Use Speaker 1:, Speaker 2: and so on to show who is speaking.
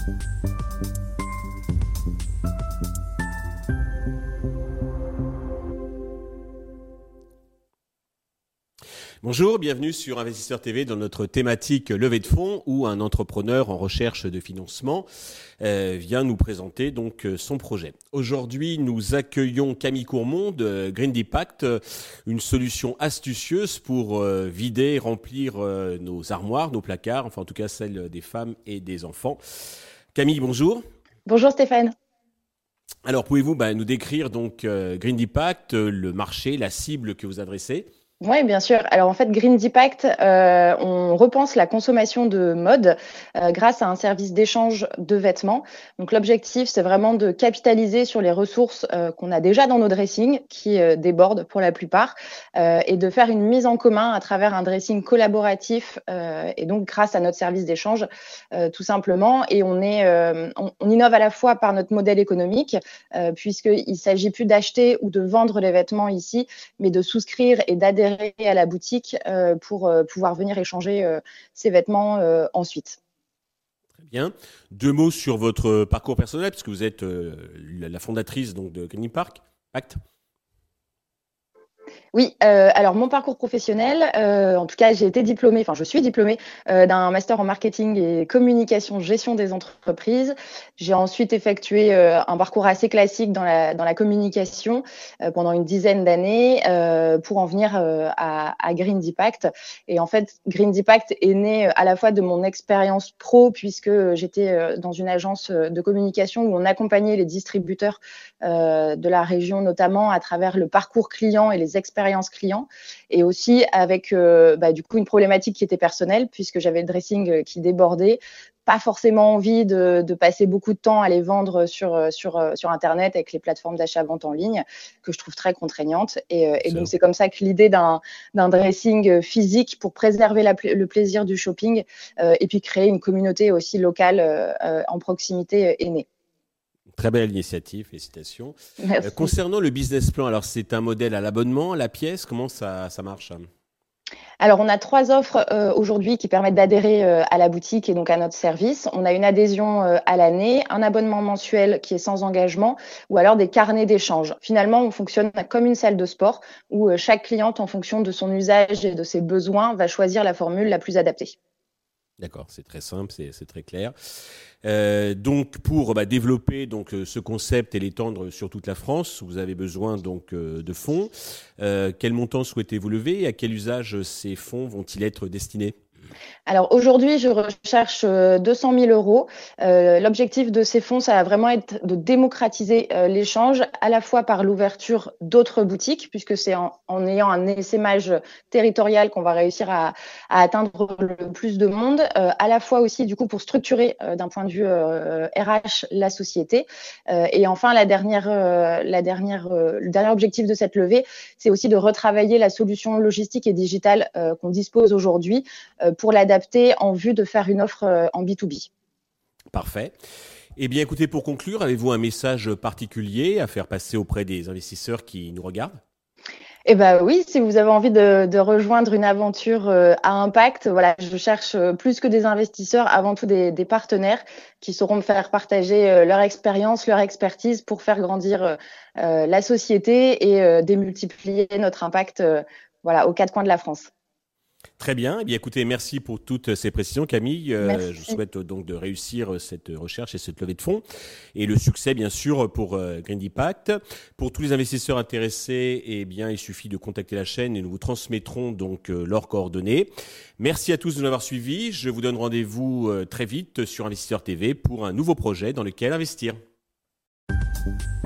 Speaker 1: Bonjour, bienvenue sur Investisseur TV dans notre thématique levée de fonds où un entrepreneur en recherche de financement vient nous présenter donc son projet. Aujourd'hui, nous accueillons Camille Courmont de Green Impact, une solution astucieuse pour vider et remplir nos armoires, nos placards, enfin en tout cas celles des femmes et des enfants. Camille, bonjour.
Speaker 2: Bonjour Stéphane.
Speaker 1: Alors pouvez-vous nous décrire donc Green Impact, le marché, la cible que vous adressez ?
Speaker 2: Oui, bien sûr. Alors en fait, Green Impact, on repense la consommation de mode grâce à un service d'échange de vêtements. Donc l'objectif, c'est vraiment de capitaliser sur les ressources qu'on a déjà dans nos dressings, qui débordent pour la plupart, et de faire une mise en commun à travers un dressing collaboratif, et donc grâce à notre service d'échange, tout simplement. Et on innove à la fois par notre modèle économique, puisqu'il ne s'agit plus d'acheter ou de vendre les vêtements ici, mais de souscrire et d'adhérer à la boutique pour pouvoir venir échanger ces vêtements ensuite.
Speaker 1: Très bien. 2 mots sur votre parcours personnel, puisque vous êtes la fondatrice donc, de Green Impact.
Speaker 2: Oui, alors mon parcours professionnel, en tout cas, je suis diplômée d'un master en marketing et communication, gestion des entreprises. J'ai ensuite effectué un parcours assez classique dans la communication pendant une dizaine d'années pour en venir à Green Impact. Et en fait, Green Impact est né à la fois de mon expérience pro, puisque j'étais dans une agence de communication où on accompagnait les distributeurs de la région, notamment à travers le parcours client et les expériences clients, et aussi avec du coup une problématique qui était personnelle, puisque j'avais le dressing qui débordait, pas forcément envie de passer beaucoup de temps à les vendre sur Internet avec les plateformes d'achat-vente en ligne, que je trouve très contraignantes. Et donc, c'est comme ça que l'idée d'un dressing physique pour préserver le plaisir du shopping et puis créer une communauté aussi locale en proximité est née.
Speaker 1: Très belle initiative, félicitations.
Speaker 2: Merci.
Speaker 1: Concernant le business plan, alors c'est un modèle à l'abonnement, à la pièce, comment ça marche ?
Speaker 2: Alors, on a 3 offres aujourd'hui qui permettent d'adhérer à la boutique et donc à notre service. On a une adhésion à l'année, un abonnement mensuel qui est sans engagement ou alors des carnets d'échange. Finalement, on fonctionne comme une salle de sport où chaque cliente, en fonction de son usage et de ses besoins, va choisir la formule la plus adaptée.
Speaker 1: D'accord, c'est très simple, c'est très clair. Donc pour développer ce concept et l'étendre sur toute la France, vous avez besoin donc de fonds. Quel montant souhaitez-vous lever et à quel usage ces fonds vont-ils être destinés ?
Speaker 2: Alors aujourd'hui, je recherche 200 000 euros. L'objectif de ces fonds, ça va vraiment être de démocratiser l'échange, à la fois par l'ouverture d'autres boutiques, puisque c'est en ayant un essaimage territorial qu'on va réussir à atteindre le plus de monde, à la fois aussi du coup pour structurer d'un point de vue RH la société. Et enfin, le dernier objectif de cette levée, c'est aussi de retravailler la solution logistique et digitale qu'on dispose aujourd'hui pour l'adapter en vue de faire une offre en B2B.
Speaker 1: Parfait. Eh bien, écoutez, pour conclure, avez-vous un message particulier à faire passer auprès des investisseurs qui nous regardent ?
Speaker 2: Eh ben oui, si vous avez envie de rejoindre une aventure à impact, voilà, je cherche plus que des investisseurs, avant tout des partenaires qui sauront me faire partager leur expérience, leur expertise pour faire grandir la société et démultiplier notre impact aux 4 coins de la France.
Speaker 1: Très bien. Eh bien, écoutez, merci pour toutes ces précisions, Camille. Je vous souhaite donc de réussir cette recherche et cette levée de fonds et le succès, bien sûr, pour Green Impact. Pour tous les investisseurs intéressés, eh bien, il suffit de contacter la chaîne et nous vous transmettrons donc leurs coordonnées. Merci à tous de nous avoir suivis. Je vous donne rendez-vous très vite sur Investisseur TV pour un nouveau projet dans lequel investir.